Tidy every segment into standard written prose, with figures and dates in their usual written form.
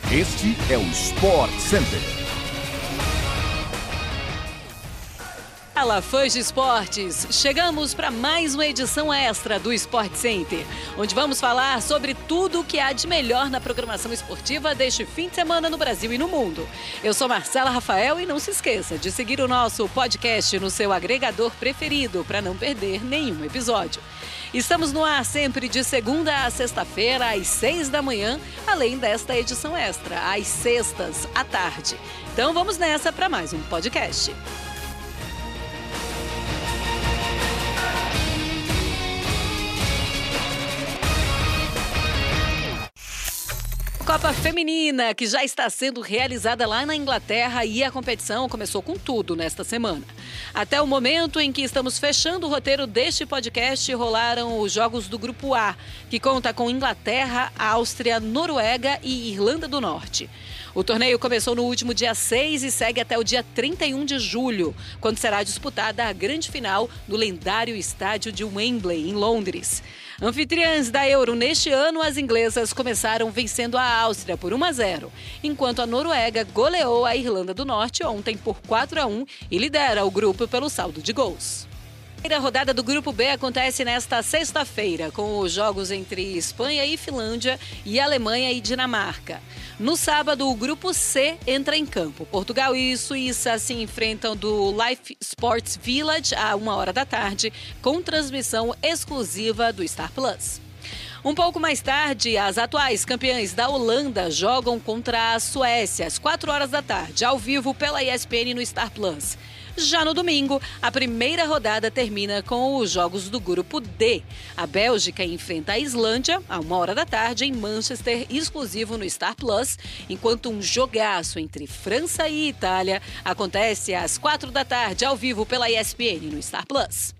Este é o Sport Center. Fala, fãs de esportes! Chegamos para mais uma edição extra do Sport Center, onde vamos falar sobre tudo o que há de melhor na programação esportiva deste fim de semana no Brasil e no mundo. Eu sou Marcela Rafael e não se esqueça de seguir o nosso podcast no seu agregador preferido para não perder nenhum episódio. Estamos no ar sempre de segunda a sexta-feira, às 6 da manhã, além desta edição extra, às sextas, à tarde. Então vamos nessa para mais um podcast. Copa Feminina, que já está sendo realizada lá na Inglaterra, e a competição começou com tudo nesta semana. Até o momento em que estamos fechando o roteiro deste podcast, rolaram os jogos do Grupo A, que conta com Inglaterra, Áustria, Noruega e Irlanda do Norte. O torneio começou no último dia 6 e segue até o dia 31 de julho, quando será disputada a grande final no lendário estádio de Wembley, em Londres. Anfitriãs da Euro neste ano, as inglesas começaram vencendo a Áustria por 1-0, enquanto a Noruega goleou a Irlanda do Norte ontem por 4-1 e lidera o grupo pelo saldo de gols. A primeira rodada do Grupo B acontece nesta sexta-feira, com os jogos entre Espanha e Finlândia e Alemanha e Dinamarca. No sábado, o Grupo C entra em campo. Portugal e Suíça se enfrentam do Life Sports Village à 1h da tarde, com transmissão exclusiva do Star Plus. Um pouco mais tarde, as atuais campeãs da Holanda jogam contra a Suécia às 4h da tarde, ao vivo pela ESPN no Star Plus. Já no domingo, a primeira rodada termina com os jogos do Grupo D. A Bélgica enfrenta a Islândia à 1h da tarde em Manchester, exclusivo no Star Plus, enquanto um jogaço entre França e Itália acontece às 4 da tarde, ao vivo pela ESPN no Star Plus.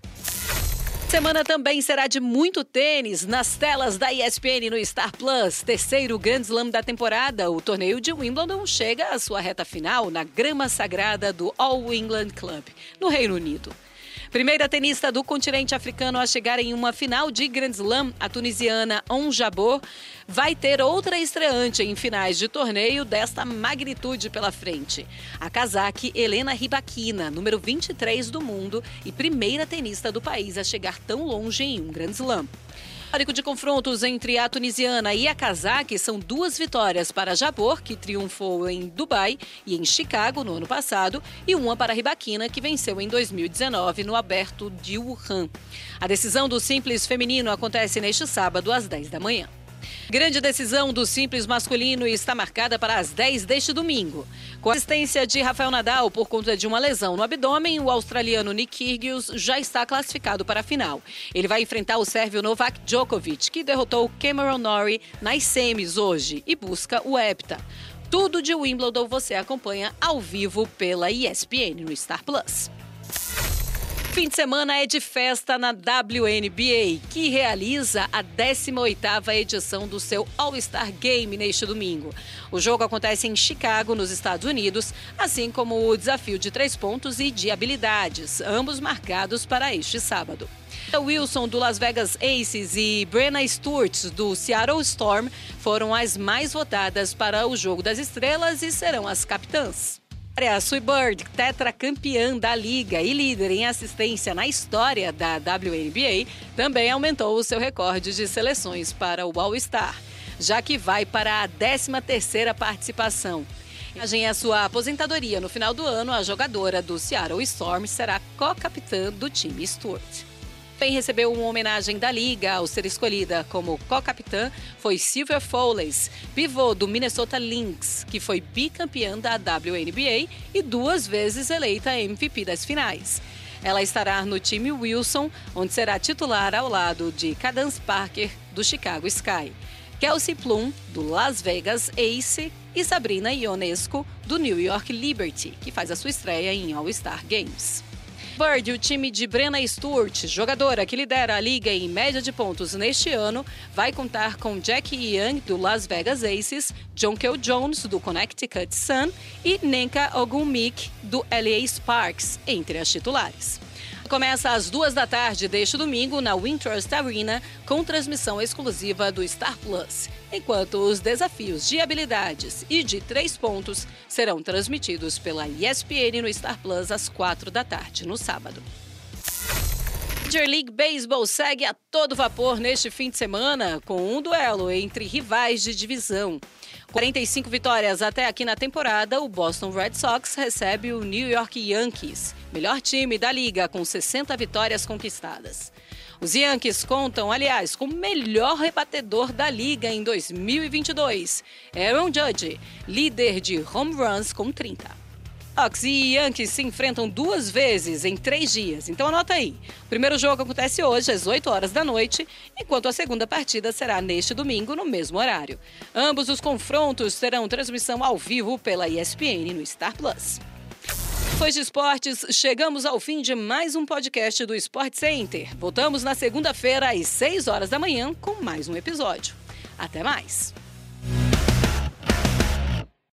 Semana também será de muito tênis nas telas da ESPN no Star Plus. Terceiro Grand Slam da temporada, o torneio de Wimbledon chega à sua reta final na grama sagrada do All England Club, no Reino Unido. Primeira tenista do continente africano a chegar em uma final de Grand Slam, a tunisiana Ons Jabeur, vai ter outra estreante em finais de torneio desta magnitude pela frente. A cazaque Helena Rybakina, número 23 do mundo e primeira tenista do país a chegar tão longe em um Grand Slam. O histórico de confrontos entre a tunisiana e a cazaque são 2 vitórias para Jabeur, que triunfou em Dubai e em Chicago no ano passado, e uma para Rybakina, que venceu em 2019 no Aberto de Wuhan. A decisão do simples feminino acontece neste sábado às 10 da manhã. Grande decisão do simples masculino está marcada para as 10 deste domingo. Com a assistência de Rafael Nadal por conta de uma lesão no abdômen, o australiano Nick Kyrgios já está classificado para a final. Ele vai enfrentar o sérvio Novak Djokovic, que derrotou Cameron Norrie nas semis hoje e busca o hepta. Tudo de Wimbledon você acompanha ao vivo pela ESPN no Star Plus. Fim de semana é de festa na WNBA, que realiza a 18ª edição do seu All-Star Game neste domingo. O jogo acontece em Chicago, nos Estados Unidos, assim como o desafio de 3 pontos e de habilidades, ambos marcados para este sábado. Wilson, do Las Vegas Aces, e Breanna Stewart, do Seattle Storm, foram as mais votadas para o Jogo das Estrelas e serão as capitãs. A Sue Bird, tetracampeã da Liga e líder em assistência na história da WNBA, também aumentou o seu recorde de seleções para o All-Star, já que vai para a 13ª participação. Em a sua aposentadoria no final do ano, a jogadora do Seattle Storm será co-capitã do time Stewart. Quem recebeu uma homenagem da Liga ao ser escolhida como co-capitã foi Sylvia Fowles, pivô do Minnesota Lynx, que foi bicampeã da WNBA e 2 vezes eleita MVP das finais. Ela estará no time Wilson, onde será titular ao lado de Cadence Parker, do Chicago Sky, Kelsey Plum, do Las Vegas Ace, e Sabrina Ionescu, do New York Liberty, que faz a sua estreia em All-Star Games. Bird, o time de Breanna Stewart, jogadora que lidera a liga em média de pontos neste ano, vai contar com Jackie Young, do Las Vegas Aces, Jonquel Jones, do Connecticut Sun e Nneka Ogwumike, do LA Sparks, entre as titulares. começa às 14h deste domingo na Wintrust Arena, com transmissão exclusiva do Star Plus, enquanto os desafios de habilidades e de 3 pontos serão transmitidos pela ESPN no Star Plus às 4h no sábado. Major League Baseball segue a todo vapor neste fim de semana, com um duelo entre rivais de divisão. 45 vitórias até aqui na temporada, o Boston Red Sox recebe o New York Yankees, melhor time da liga, com 60 vitórias conquistadas. Os Yankees contam, aliás, com o melhor rebatedor da liga em 2022, Aaron Judge, líder de home runs com 30. Sox e Yankees se enfrentam 2 vezes em 3 dias, então anota aí. O primeiro jogo acontece hoje às 8h, enquanto a segunda partida será neste domingo no mesmo horário. Ambos os confrontos terão transmissão ao vivo pela ESPN no Star Plus. Depois de esportes, chegamos ao fim de mais um podcast do Sport Center. Voltamos na segunda-feira às 6h com mais um episódio. Até mais!